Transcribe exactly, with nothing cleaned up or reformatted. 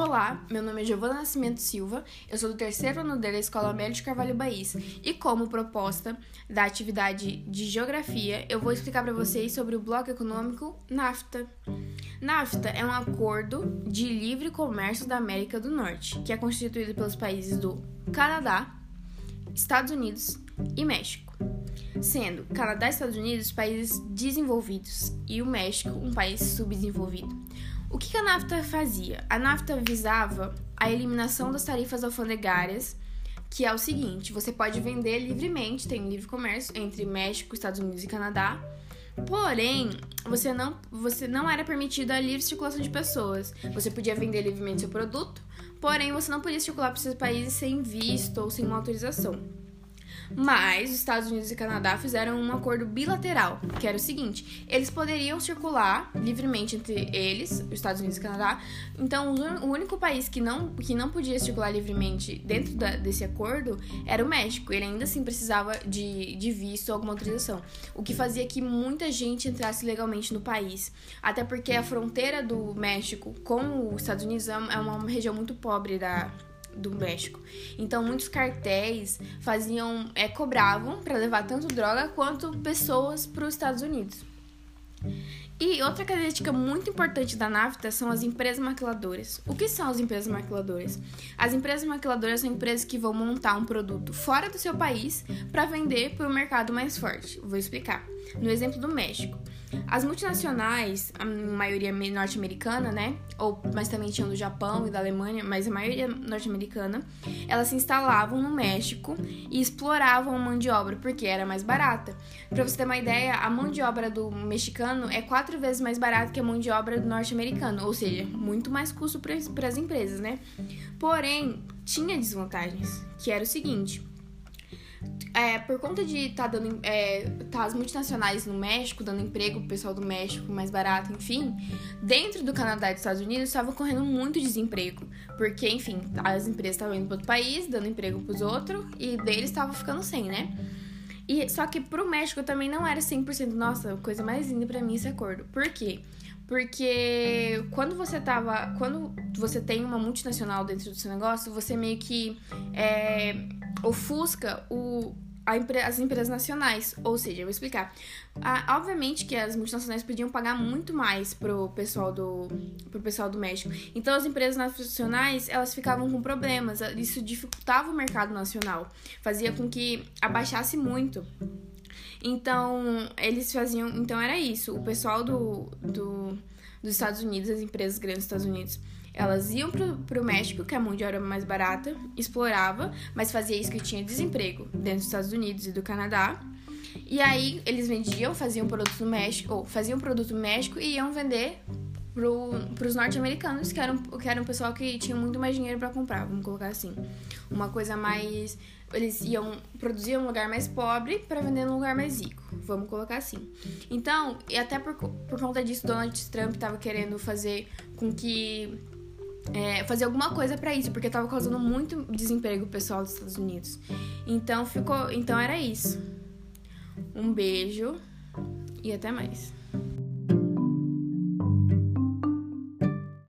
Olá, meu nome é Giovana Nascimento Silva, eu sou do terceiro ano D da Escola Amélia de Carvalho Baís e como proposta da atividade de Geografia, eu vou explicar para vocês sobre o Bloco Econômico NAFTA. NAFTA é um acordo de livre comércio da América do Norte, que é constituído pelos países do Canadá, Estados Unidos e México, sendo Canadá e Estados Unidos países desenvolvidos e o México um país subdesenvolvido. O que a NAFTA fazia? A NAFTA visava a eliminação das tarifas alfandegárias, que é o seguinte: você pode vender livremente, tem livre comércio entre México, Estados Unidos e Canadá, porém, você não, você não era permitida a livre circulação de pessoas. Você podia vender livremente seu produto, porém, você não podia circular para esses países sem visto ou sem uma autorização. Mas os Estados Unidos e Canadá fizeram um acordo bilateral, que era o seguinte: eles poderiam circular livremente entre eles, os Estados Unidos e Canadá. Então, o único país que não, que não podia circular livremente dentro da, desse acordo era o México. Ele ainda assim precisava de, de visto ou alguma autorização, o que fazia que muita gente entrasse legalmente no país. Até porque a fronteira do México com os Estados Unidos é uma região muito pobre da do México. Então, muitos cartéis faziam, é, cobravam para levar tanto droga quanto pessoas para os Estados Unidos. E outra característica muito importante da NAFTA são as empresas maquiladoras. O que são as empresas maquiladoras? As empresas maquiladoras são empresas que vão montar um produto fora do seu país para vender para o mercado mais forte. Vou explicar. No exemplo do México, as multinacionais, a maioria norte-americana, né? Ou, mas também tinham do Japão e da Alemanha, mas a maioria norte-americana, elas se instalavam no México e exploravam a mão de obra, porque era mais barata. Para você ter uma ideia, a mão de obra do mexicano é quatro vezes mais barata que a mão de obra do norte-americano, ou seja, muito mais custo para as empresas, né? Porém, tinha desvantagens, que era o seguinte: É, por conta de tá dando é, tá as multinacionais no México dando emprego pro pessoal do México mais barato, enfim, dentro do Canadá e dos Estados Unidos estava correndo muito desemprego, porque, enfim, as empresas estavam indo para outro país, dando emprego pros outros, e deles estavam ficando sem, né? E, só que pro México também não era cem por cento, nossa, coisa mais linda pra mim esse acordo. Por quê? Porque quando você tava, quando você tem uma multinacional dentro do seu negócio, você meio que é, ofusca o, a, as empresas nacionais. Ou seja, eu vou explicar. Ah, obviamente que as multinacionais podiam pagar muito mais pro pessoal do, pro pessoal do México. Então, as empresas nacionais, elas ficavam com problemas. Isso dificultava o mercado nacional. Fazia com que abaixasse muito. Então, eles faziam... Então, era isso. O pessoal do, do, dos Estados Unidos, as empresas grandes dos Estados Unidos, elas iam pro, pro México, que a mão de obra era mais barata, explorava, mas fazia isso que tinha desemprego dentro dos Estados Unidos e do Canadá. E aí, eles vendiam, faziam produtos no México, ou faziam produto no México e iam vender pro, pros norte-americanos, que eram, que era um pessoal que tinha muito mais dinheiro para comprar, vamos colocar assim. Uma coisa mais... Eles iam produzir em um lugar mais pobre para vender num lugar mais rico, vamos colocar assim. Então, e até por, por conta disso, Donald Trump estava querendo fazer com que... É, fazer alguma coisa para isso, porque estava causando muito desemprego pro pessoal dos Estados Unidos. Então, ficou, então era isso. Um beijo e até mais.